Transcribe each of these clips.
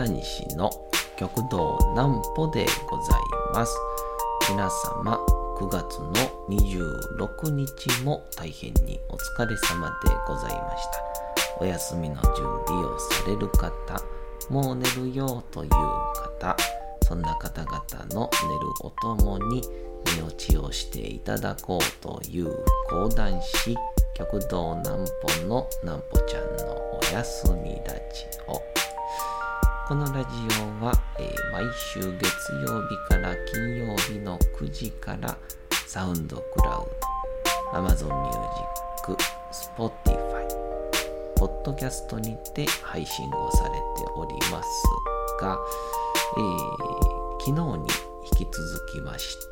談師の極道南歩でございます。皆様9月の26日も大変にお疲れ様でございました。お休みの準備をされる方、もう寝るよという方、そんな方々の寝るおともに寝落ちをしていただこうという講談師極道南歩の南歩ちゃんのおやすみラジオ。このラジオは、毎週月曜日から金曜日の9時からサウンドクラウド、Amazon Music、Spotify、ポッドキャストにて配信をされておりますが、昨日に引き続きまして、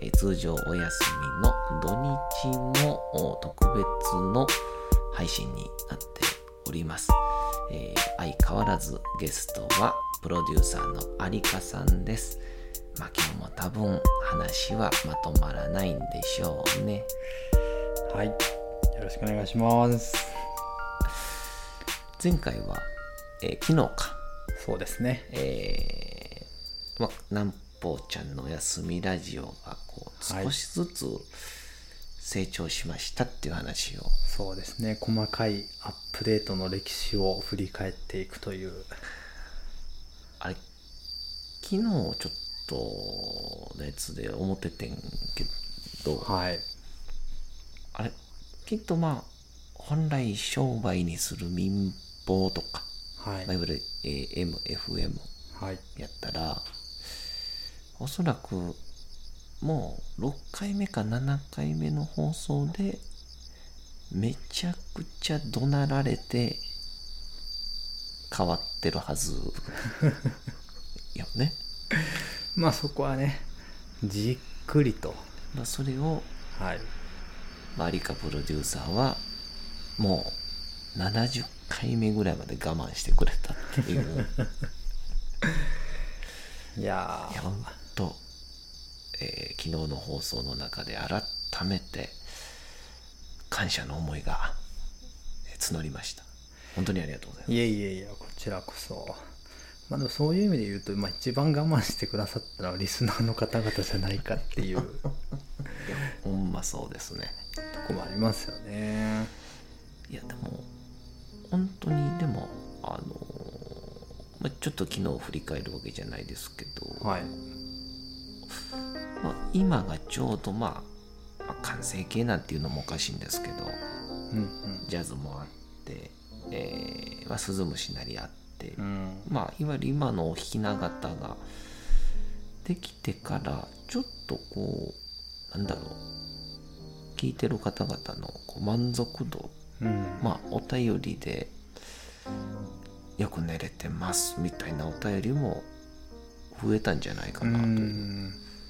通常お休みの土日も特別の配信になっております。相変わらずゲストはプロデューサーの有香さんです。今日も多分話はまとまらないんでしょうね。 はい、よろしくお願いします。 前回は、昨日か。 そうですね。 南歩ちゃんのおやすみラジオが少しずつ成長しましたっていう話を、 そうですね。細かいアップデートの歴史を振り返っていくという。 あれ、昨日ちょっとのやつで思っててんけど、 はい。 あれ、きっと本来商売にする民放とか、 はい。 いわゆる AM、FM はい。 やったら、おそらくもう6回目か7回目の放送でめちゃくちゃ怒鳴られて変わってるはずよね。 そこはね、じっくりと。 それを、 はい。 有香プロデューサーはもう70回目ぐらいまで我慢してくれたっていういやほんと、昨日の放送の中で改めて感謝の思いが募りました。本当にありがとうございます。 いや、こちらこそ。でもそういう意味で言うと、一番我慢してくださったのはリスナーの方々じゃないかっていうほんまそうですね。 とこもありますよね。 いやでも本当にでもちょっと昨日を振り返るわけじゃないですけど、 はい。 今がちょうど完成形なんていうのもおかしいんですけど、ジャズもあって、鈴虫なりあって、いわゆる今のひな形ができてからちょっと聞いてる方々の満足度、お便りでよく寝れてますみたいなお便りも増えたんじゃないかなという。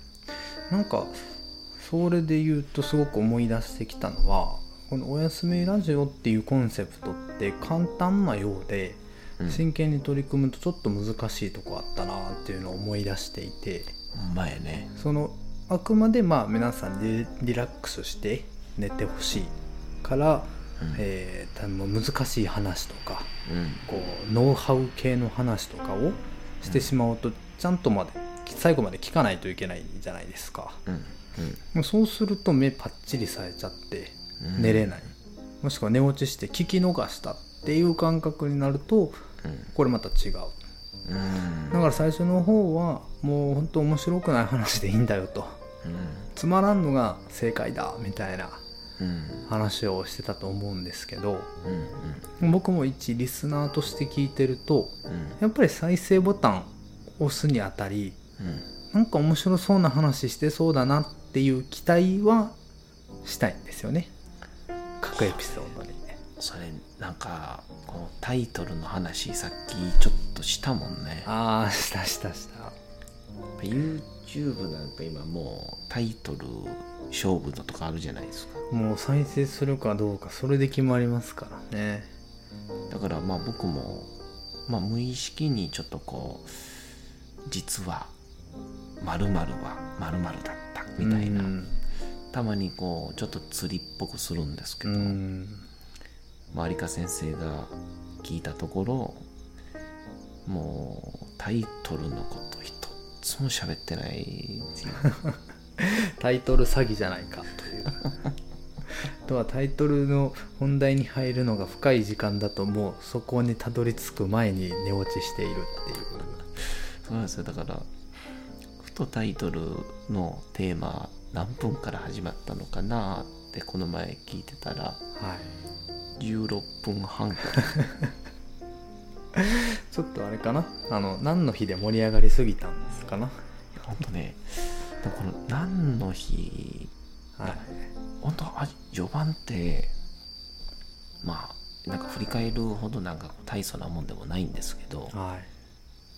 それで言うとすごく思い出してきたのは、このおやすみラジオっていうコンセプトって簡単なようで、真剣に取り組むとちょっと難しいとこあったなっていうのを思い出していて、 前ね、 あくまで皆さんでリラックスして寝てほしいから、難しい話とか、ノウハウ系の話とかをしてしまうと、ちゃんと最後まで聞かないといけないじゃないですか。そうすると目パッチリされちゃって寝れない、もしくは寝落ちして聞き逃したっていう感覚になると、これまた違う。だから最初の方はもう本当面白くない話でいいんだよと、つまらんのが正解だみたいな話をしてたと思うんですけど、僕も一リスナーとして聞いてると、やっぱり再生ボタン押すにあたり、なんか面白そうな話してそうだなっていう期待はしたいんですよね、各エピソードに。 それこのタイトルの話さっきちょっとしたもんね。 した YouTube なんか今もうタイトル勝負のとかあるじゃないですか。 もう再生するかどうかそれで決まりますからね。 だから僕も無意識にちょっと実は〇〇は〇〇だったみたいな、たまにちょっと釣りっぽくするんですけど、有香先生が聞いたところ、 もうタイトルのこと一つも喋ってないっていうタイトル詐欺じゃないかというあとはタイトルの本題に入るのが深い時間だともうそこにたどり着く前に寝落ちしているっていう。 そうなんですよ。だからふとタイトルのテーマ何分から始まったのかなってこの前聞いてたら、 はい、 16分半かちょっとあれかな、何の日で盛り上がりすぎたんですかな。 ほんとね、でもこの何の日、 はい、 ほんと序盤ってまあなんか振り返るほどなんか大層なもんでもないんですけど、 はい、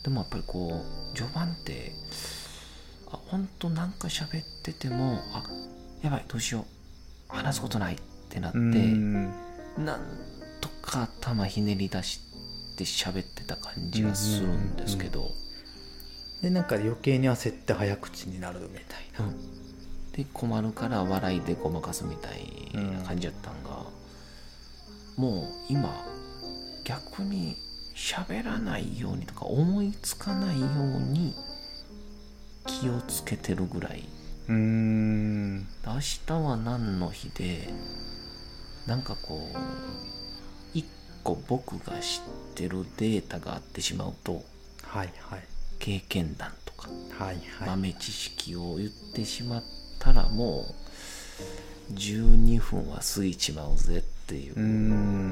でもやっぱりこう序盤ってほんとなんか喋っててもやばいどうしよう話すことないってなってなんとか頭ひねり出して喋ってた感じがするんですけど、 でなんか余計に焦って早口になるみたいな、 で困るから笑いでごまかすみたいな感じだったんが、もう今逆に喋らないようにとか思いつかないように気をつけてるぐらい。明日は何の日でなんかこう一個僕が知ってるデータがあってしまうと、 はいはい、 経験談とか、 はいはい、 豆知識を言ってしまったらもう12分は過ぎちまうぜっていう。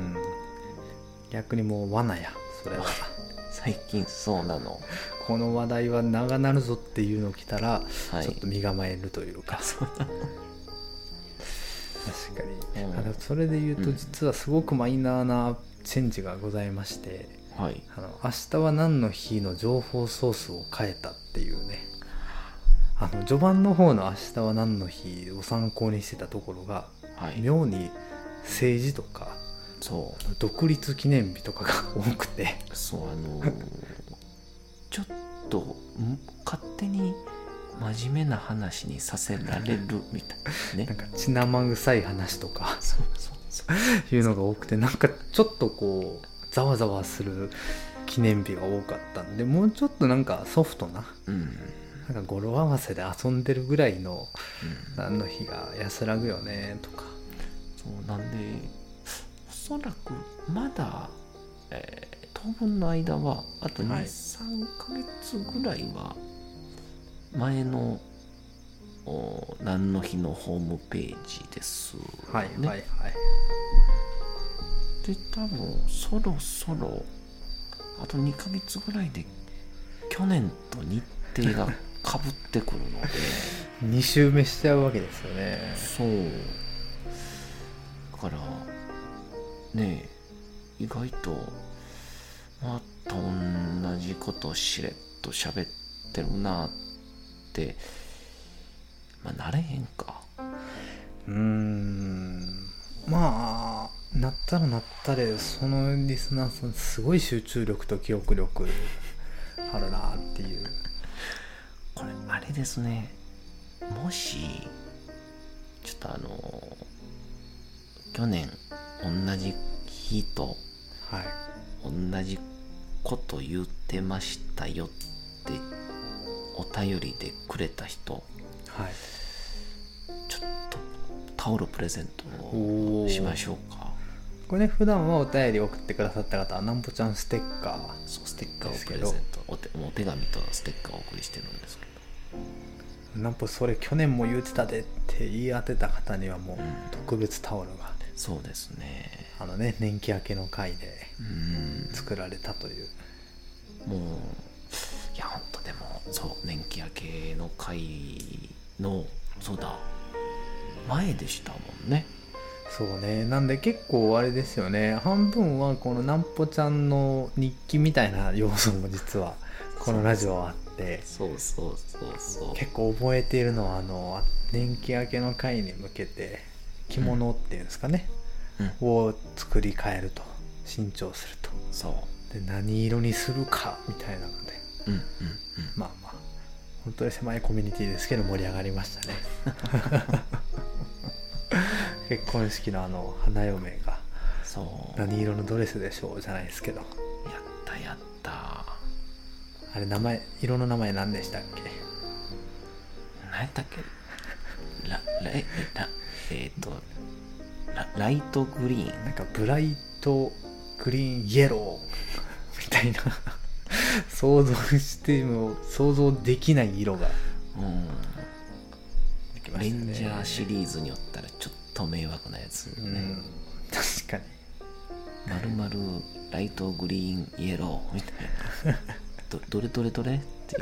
逆にもう罠やそれは最近そうなの。 この話題は長なるぞっていうの来たら、 はい、 ちょっと身構えるというか確かに、それで言うと実はすごくマイナーなチェンジがございまして、 はい、 明日は何の日の情報ソースを変えたっていうね。序盤の方の明日は何の日を参考にしてたところが、はい、妙に政治とかそう独立記念日とかが多くて、 そうちょっと勝手に真面目な話にさせられるみたいなね。 なんか血生臭い話とかいうのが多くて、なんかちょっとこうざわざわする記念日が多かったんで、もうちょっとなんかソフトな、なんか語呂合わせで遊んでるぐらいの何の日が安らぐよねとか。 そうなんでおそらくまだ、当分の間はあと 2,3 ヶ月ぐらいは前の何の日のホームページですね。 はいはいはい。 で多分そろそろあと2ヶ月ぐらいで去年と日程がかぶってくるので 2周目しちゃうわけですよね。 そうだからねえ意外とまた同じことをしれっと喋ってるなって、なれへんか。 まあなったらなったで、そのリスナーさんすごい集中力と記憶力あるなっていう。 これあれですね、もしちょっと去年同じ日と同じこと言ってましたよってお便りでくれた人、はい、ちょっとタオルプレゼントをしましょうか。 これね、普段はお便り送ってくださった方はなんぽちゃんステッカー、 そうステッカーをプレゼント、お手紙とステッカーをお送りしてるんですけど、 なんぽそれ去年も言ってたでって言い当てた方にはもう特別タオルが、 そうですね、 年季明けの回で作られたという。 もういやほんとでもそう年季明けの回のそうだ前でしたもんね。 そうね、なんで結構あれですよね、半分はこのなんぽちゃんの日記みたいな要素も実はこのラジオはあって、 そう結構覚えているのは年季明けの回に向けて着物っていうんですかね、を作り変えると、新調すると、そうで何色にするかみたいなので、まあまあ本当に狭いコミュニティですけど盛り上がりましたね結婚式の花嫁が何色のドレスでしょうじゃないですけど、 やったあれ色の名前何でしたっけ？ 何やったっけ？ライトグリーン、 なんかブライトグリーンイエローみたいな想像しても想像できない色が、できましたね。 レンジャーシリーズによったらちょっと迷惑なやつね、 確かにまるライトグリーンイエローみたいなどれっていう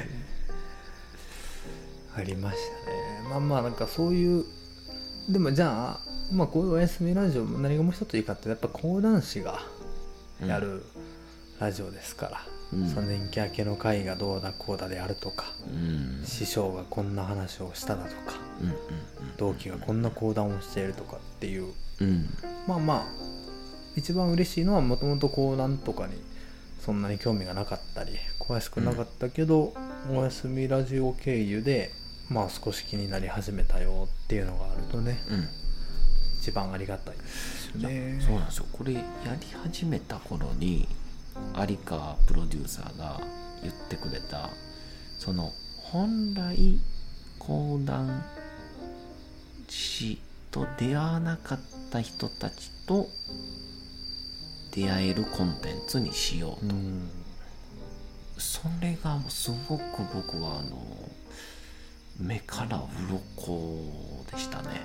ありましたね。まあなんかそういう、でもじゃあこういうおやすみラジオも何がもう一ついいかってやっぱ講談師がやるラジオですから、その年季明けの会がどうだこうだであるとか、師匠がこんな話をしただとか、同期がこんな講談をしているとかっていう、まあ一番嬉しいのはもともと講談とかにそんなに興味がなかったり詳しくなかったけど、おやすみラジオ経由で少し気になり始めたよっていうのがあるとね、一番ありがたいですよね。 そうなんですよ。これやり始めた頃に有川プロデューサーが言ってくれた、その本来講談師と出会わなかった人たちと出会えるコンテンツにしようと、それがすごく僕は目から鱗でしたね。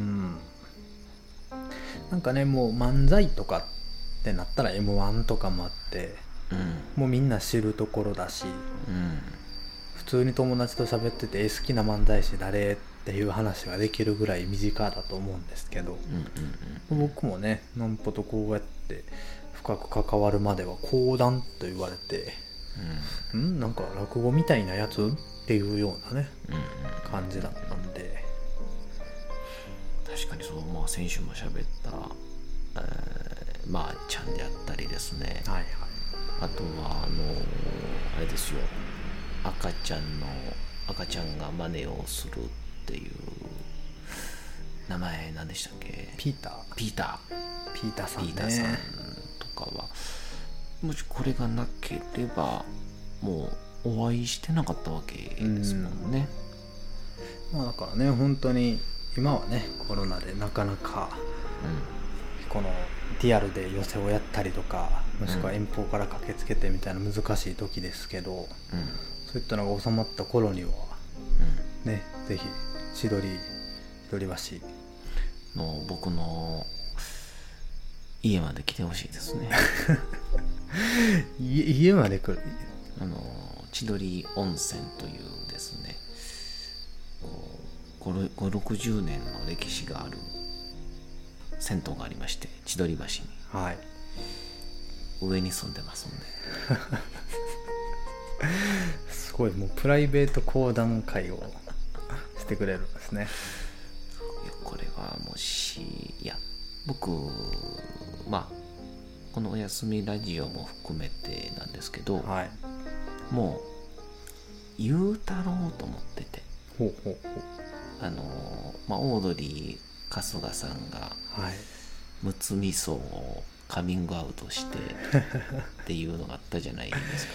なんかね、もう漫才とかってなったら M1 とかもあって、もうみんな知るところだし、普通に友達と喋ってて好きな漫才師誰っていう話ができるぐらい身近だと思うんですけど、僕もねなんぽとこうやって深く関わるまでは講談と言われて、なんか落語みたいなやつっていうようなね、感じだったんで、 確かにそう、先週も喋ったまあちゃんであったりですね、あとはあれですよ、赤ちゃんが真似をするっていう名前何でしたっけ？ ピーターさんね。 ピーターさんとかはもしこれがなければもうお会いしてなかったわけですもんね。 だからね、本当に今はねコロナでなかなか、このリアルで寄席をやったりとか、もしくは遠方から駆けつけてみたいな難しい時ですけど、そういったのが収まった頃には、ね、ぜひ千鳥橋の僕の家まで来てほしいですね。 家まで来る？ 千鳥温泉というですね、50-60年の歴史がある銭湯がありまして、千鳥橋に、上に住んでますんですごい、もうプライベート講談会をしてくれるんですね。 これはもし僕このおやすみラジオも含めてなんですけど、もう言うたろうと思ってて、オードリー春日さんがむつみ荘をカミングアウトしてっていうのがあったじゃないです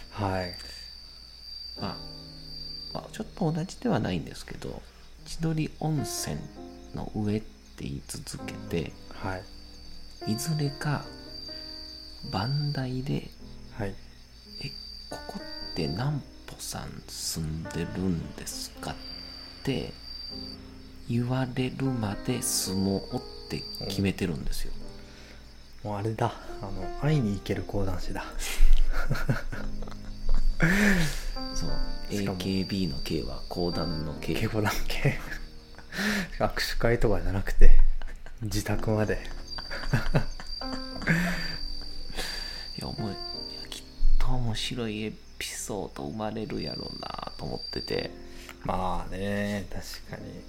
か。ちょっと同じではないんですけど、千鳥温泉の上って言い続けて、いずれか番台で、ここって南畝さん住んでるんですかって言われるまで相撲って決めてるんですよ。 もうあれだ、会いに行ける講談師だ。 そう、AKB の K は講談の K。 講談系。握手会とかじゃなくて自宅まで。 きっと面白いエピソード生まれるやろうなと思ってて、 確かに、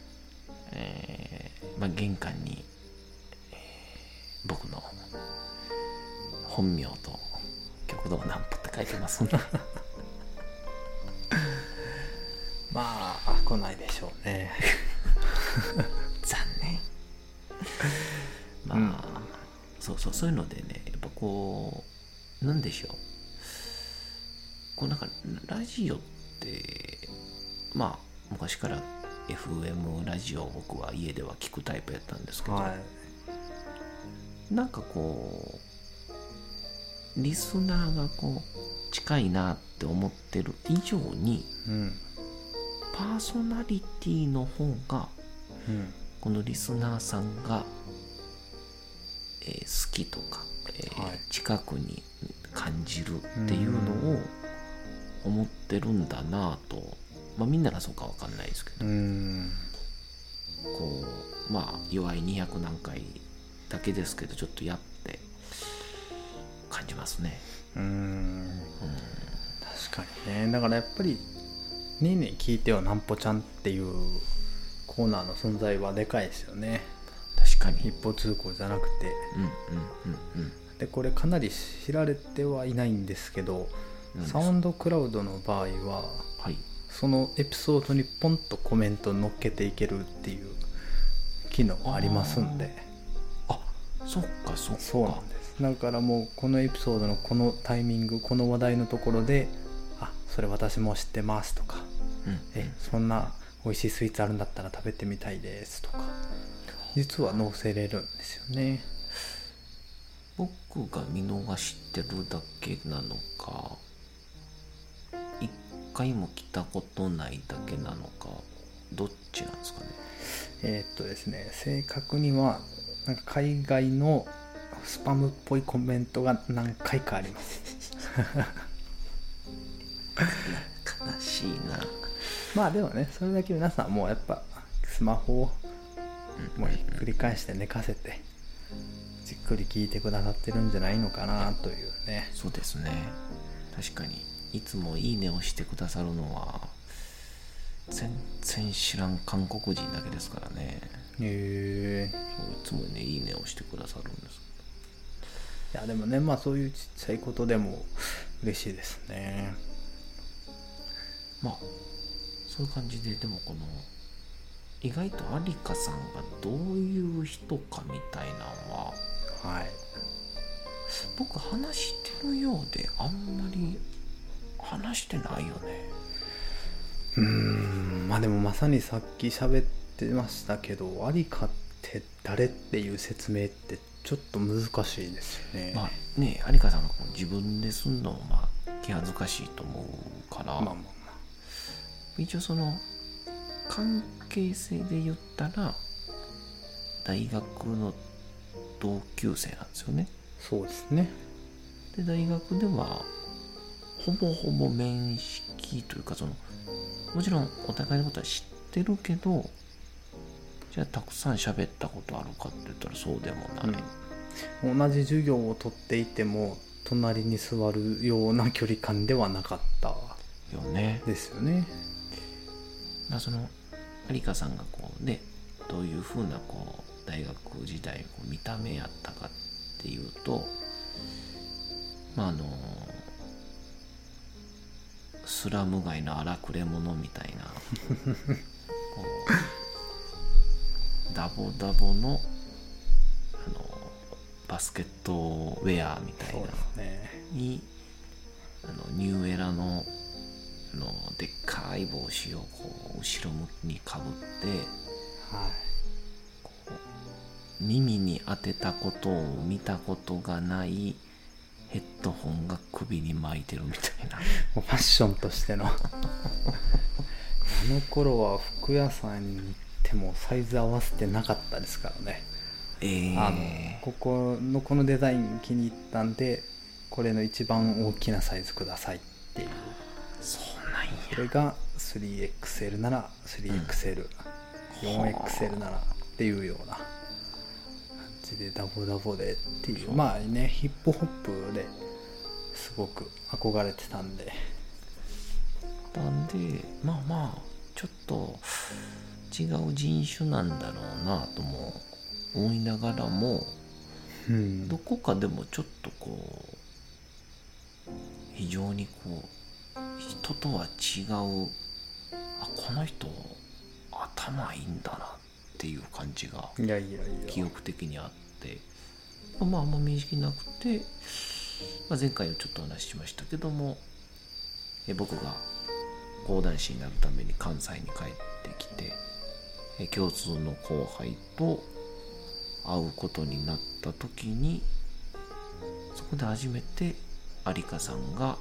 玄関に、僕の本名と極道南畝って書いてますんで来ないでしょうね。 残念。そういうのでね、やっぱなんでしょう、 こうなんかラジオってまあ昔から FM ラジオを僕は家では聞くタイプやったんですけど、 はい、 なんかこうリスナーがこう近いなって思ってる以上に、パーソナリティの方が、このリスナーさんが、好きとか、近くに感じるっていうのを思ってるんだなと、まあみんながそうかわかんないですけど、こうまあ弱い200何回だけですけどちょっとやって感じますね。 確かにね。だからやっぱりねえねえ聞いてよなんぽちゃんっていうコーナーの存在はでかいですよね。 確かに一方通行じゃなくて、でこれかなり知られてはいないんですけど、サウンドクラウドの場合は、そのエピソードにポンとコメント乗っけていけるっていう機能ありますんで。 そっかそうなんです。だからもうこのエピソードのこのタイミング、この話題のところで、それ私も知ってますとか、そんな美味しいスイーツあるんだったら食べてみたいですとか、実は載せれるんですよね。 僕が見逃してるだけなのか、一回も来たことないだけなのか、どっちなんですかね。 ですね、正確にはなんか海外のスパムっぽいコメントが何回かあります悲しいな。 まあでもね、それだけ皆さんもうやっぱスマホをもうひっくり返して寝かせてじっくり聞いてくださってるんじゃないのかなというね。 そうですね、確かにいつもいいねをしてくださるのは全然知らん韓国人だけですからね。そういつもねいいねをしてくださるんです。 いやでもね、まあそういうちっちゃいことでも嬉しいですね。 まあそういう感じで、でもこの意外とアリカさんがどういう人かみたいなのは、僕話してるようであんまり話してないよね。 まあでもまさにさっき喋ってましたけど、アリカって誰っていう説明ってちょっと難しいですよね。 まあね、アリカさんが自分ですんのもまあ気恥ずかしいと思うから、一応その関係性で言ったら大学の同級生なんですよね。 そうですね。 で大学ではほぼほぼ面識というか、そのもちろんお互いのことは知ってるけど、じゃあたくさん喋ったことあるかって言ったらそうでもない、 同じ授業を取っていても隣に座るような距離感ではなかったよね。 ですよね。 そのアリカさんがこうね、どういうふうなこう大学時代こう見た目やったかっていうと、まあスラム街の荒くれ者みたいなこうダボダボのバスケットウェアみたいなに、ニューエラのでっかい帽子をこう後ろ向きにかぶって、こう耳に当てたことを見たことがないヘッドホンが首に巻いてるみたいなファッションとしてのあの頃は服屋さんに行ってもサイズ合わせてなかったですからね。ここのこのデザイン気に入ったんでこれの一番大きなサイズくださいっていう。 そうなんや。 それが 3XL なら 3XL、4XL ならっていうような感じでダボダボでっていう、まあね、ヒップホップですごく憧れてたんで、 まあちょっと違う人種なんだろうなとも思いながらも、どこかでもちょっとこう非常にこう人とは違う、この人頭いいんだなっていう感じが記憶的にあって、あんま面識なくて、前回ちょっとお話ししましたけども、 僕が講談師になるために関西に帰ってきて、共通の後輩と会うことになった時に、そこで初めて有香さんが、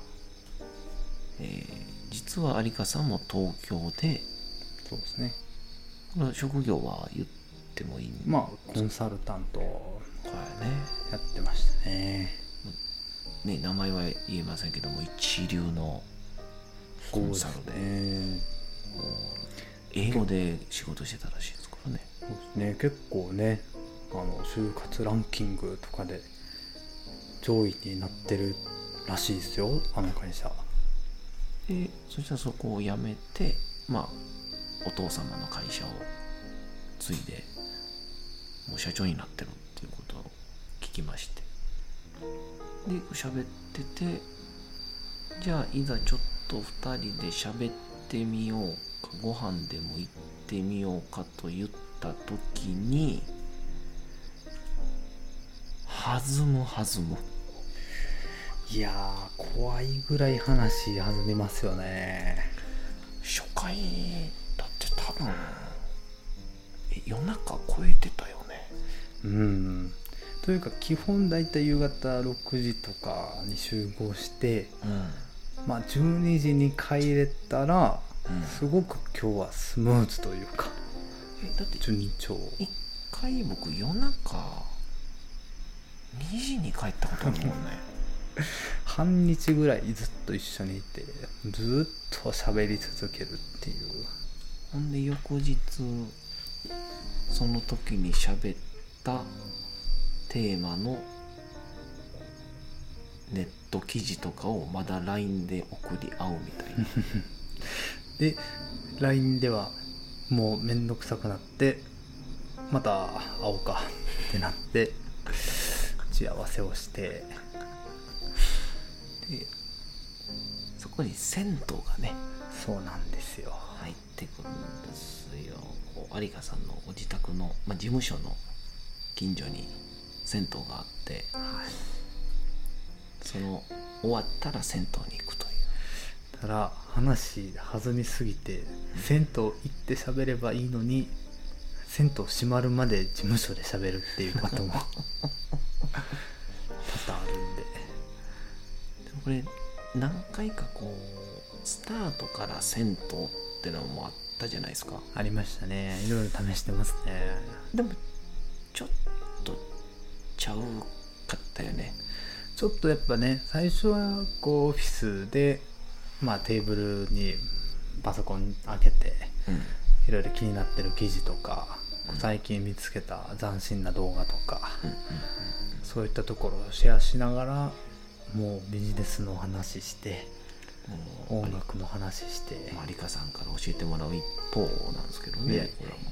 実は有香さんも東京で、 そうですね、 この職業は言ってもいいんですか？ まあコンサルタントはいね、 やってましたね。 ね、名前は言えませんけども、一流のコンサルで、英語で仕事してたらしいですからね。 そうですね、結構ね、就活ランキングとかで上位になってるらしいですよ、あの会社。 でそしたらそこを辞めて、お父様の会社を継いでもう社長になってるっていうことを聞きまして、で喋ってて、じゃあいざちょっと2人で喋ってみようか、ご飯でも行ってみようかと言った時に、弾む。 いやー、怖いぐらい話弾みますよね。 初回だって多分夜中超えてたよね。 というか基本だいたい夕方6時とかに集合して、12時に帰れたら、すごく今日はスムーズというか、 だって順調。 一回僕夜中2時に帰ったことあるもんね。 半日ぐらいずっと一緒にいて、ずっと喋り続けるっていう。 ほんで翌日その時に喋ったテーマのネット記事とかをまだ LINE で送り合うみたいな。 で LINE ではもうめんどくさくなって、また会おうかってなって打ち合わせをして、 でそこに銭湯がね、 そうなんですよ、 入ってくるんですよ。有香さんのご自宅の、事務所の近所に銭湯があって、その終わったら銭湯に行くという。 ただ話弾みすぎて、銭湯行って喋ればいいのに、銭湯閉まるまで事務所で喋るっていうことも多々あるんで。 これ何回かスタートから銭湯ってのもあったじゃないですか。 ありましたね、いろいろ試してますね。 でもちょっとちゃうかったよね。 ちょっとやっぱね、最初はオフィスでテーブルにパソコン開けて、いろいろ気になってる記事とか、最近見つけた斬新な動画とか、そういったところをシェアしながら、もうビジネスの話して、音楽の話して、 有香さんから教えてもらう一方なんですけどね。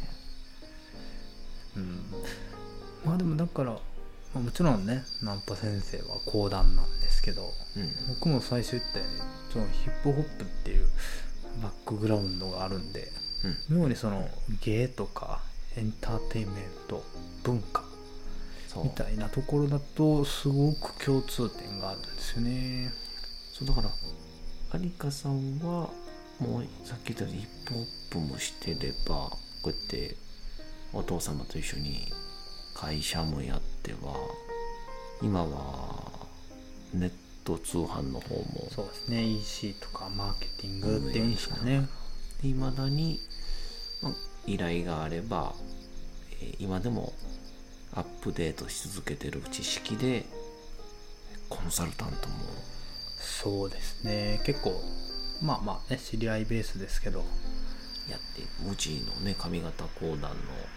でもだから、もちろんね、ナンパ先生は講談なんですけど、僕も最初言ったように、そのヒップホップっていうバックグラウンドがあるんで、妙にその芸とかエンターテインメント、文化みたいなところだとすごく共通点があるんですよね。 そうだから有香さんはもうさっき言ったようにヒップホップもしてれば、こうやってお父様と一緒に会社もやっては、今はネット通販の方も、 そうですね、 EC とかマーケティングっていうんですかね。 いまだに、依頼があれば、今でもアップデートし続けてる知識でコンサルタントも。 そうですね、結構ね、知り合いベースですけどやって、無地のね、上方講談の、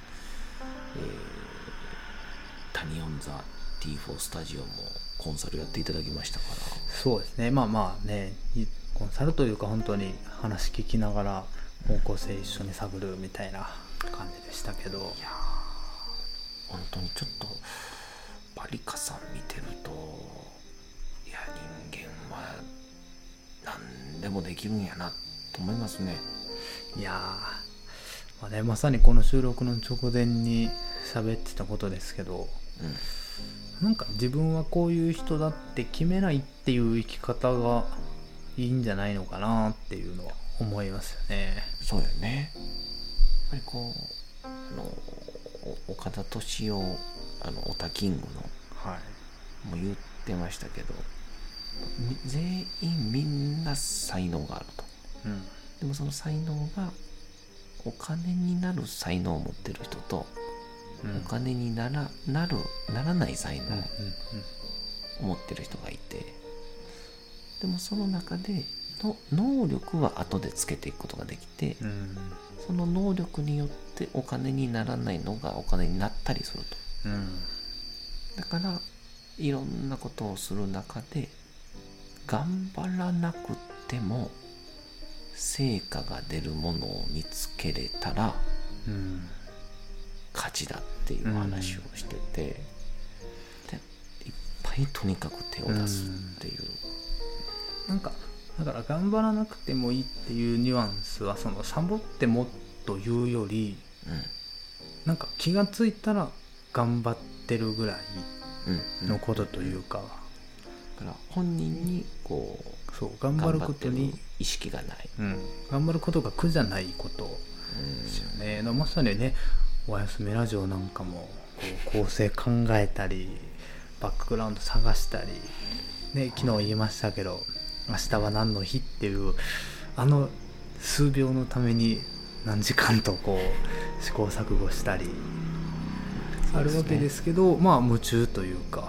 タニオンザ T4 スタジオもコンサルやっていただきましたから。 そうですね、ね、コンサルというか本当に話聞きながら方向性一緒に探るみたいな感じでしたけど、 いや本当にちょっと有香さん見てると、いや人間は何でもできるんやなと思いますね。 いやね、まさにこの収録の直前に喋ってたことですけど、なんか自分はこういう人だって決めないっていう生き方がいいんじゃないのかなっていうのは思いますよね。 そうよね。やっぱりこう岡田敏夫オタキングのもう言ってましたけど、全員みんな才能があると、でもその才能がお金になる才能を持ってる人と、お金にならない才能を持ってる人がいて、でもその中での能力は後でつけていくことができて、その能力によってお金にならないのがお金になったりすると、だからいろんなことをする中で頑張らなくても成果が出るものを見つけれたら、勝ちだっていう話をしてて、でいっぱいとにかく手を出すっていう、 なんかだから頑張らなくてもいいっていうニュアンスは、そのサボってもというより、なんか気がついたら頑張ってるぐらいのことというか、 だから本人にこうそう頑張ることに意識がない、 頑張ることが苦じゃないことですよね。まさにね、おやすみラジオなんかもこう構成考えたりバックグラウンド探したり、ね、昨日言いましたけど、明日は何の日っていう数秒のために何時間とこう試行錯誤したりあるわけですけど、まあ夢中というか、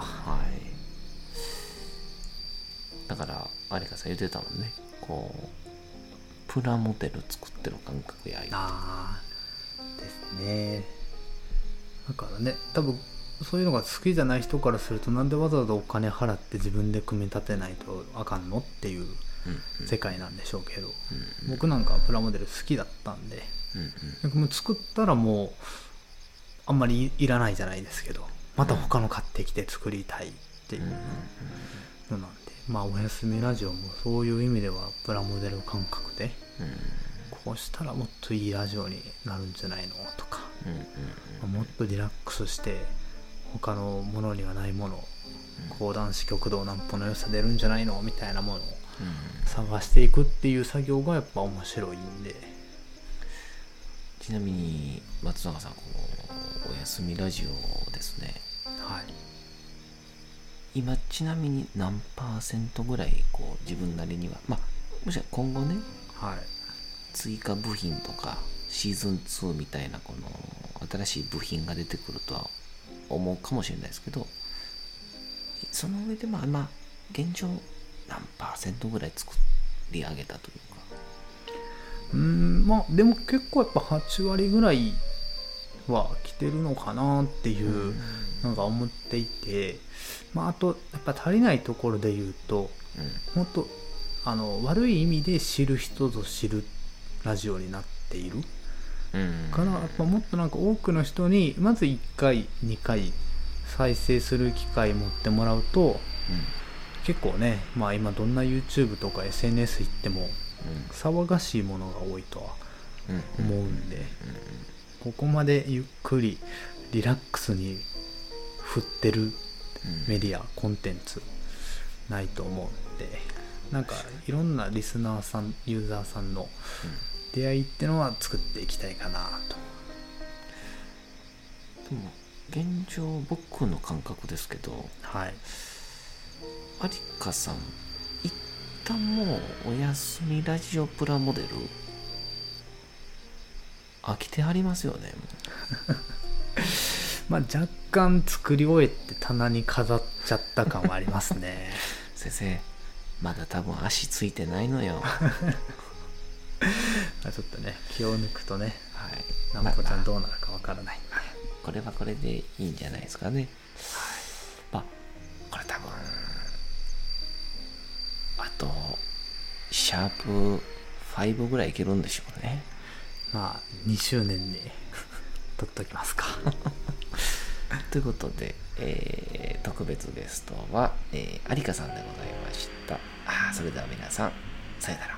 だから有香さん言ってたもんね、こうプラモデル作ってる感覚やですね。だからね、多分そういうのが好きじゃない人からすると、なんでわざわざお金払って自分で組み立てないとあかんのっていう世界なんでしょうけど、僕なんかはプラモデル好きだったんで、もう作ったらもうあんまりいらないじゃないですけど、また他の買ってきて作りたいっていうのなんで、まあおやすみラジオもそういう意味ではプラモデル感覚で、こうしたらもっといいラジオになるんじゃないのとか、もっとリラックスして他のものにはないもの、講談師極道南歩の良さ出るんじゃないのみたいなものを探していくっていう作業がやっぱ面白いんで。 ちなみに松永さん、このおやすみラジオですね、今ちなみに何%ぐらいこう自分なりには、もし今後ね、追加部品とかシーズン2みたいなこの新しい部品が出てくるとは思うかもしれないですけど、その上で現状何%ぐらい作り上げたというか。 でも結構やっぱ8割ぐらいは来てるのかなっていうのが思っていて、あとやっぱ足りないところで言うと、もっと悪い意味で知る人ぞ知るラジオになっているから、やっぱもっとなんか多くの人にまず1回2回再生する機会持ってもらうと、結構ね、今どんな YouTube とか SNS 行っても騒がしいものが多いとは思うんで、ここまでゆっくりリラックスに振ってるメディアコンテンツないと思うんで、なんかいろんなリスナーさんユーザーさんの出会いってのは作っていきたいかなと。 でも現状僕の感覚ですけど、有香さん一旦もうおやすみラジオプラモデル飽きてはりますよね。 若干作り終えて棚に飾っちゃった感はありますね。 先生まだ多分足ついてないのよ。 ちょっとね、気を抜くとね、南穂ちゃんどうなるかわからないんで、 これはこれでいいんじゃないですかね。これ多分あとシャープ5ぐらいいけるんでしょうね。 2周年に撮っときますか。 ということで、特別ゲストは、有香さんでございました。それでは皆さん、さよなら。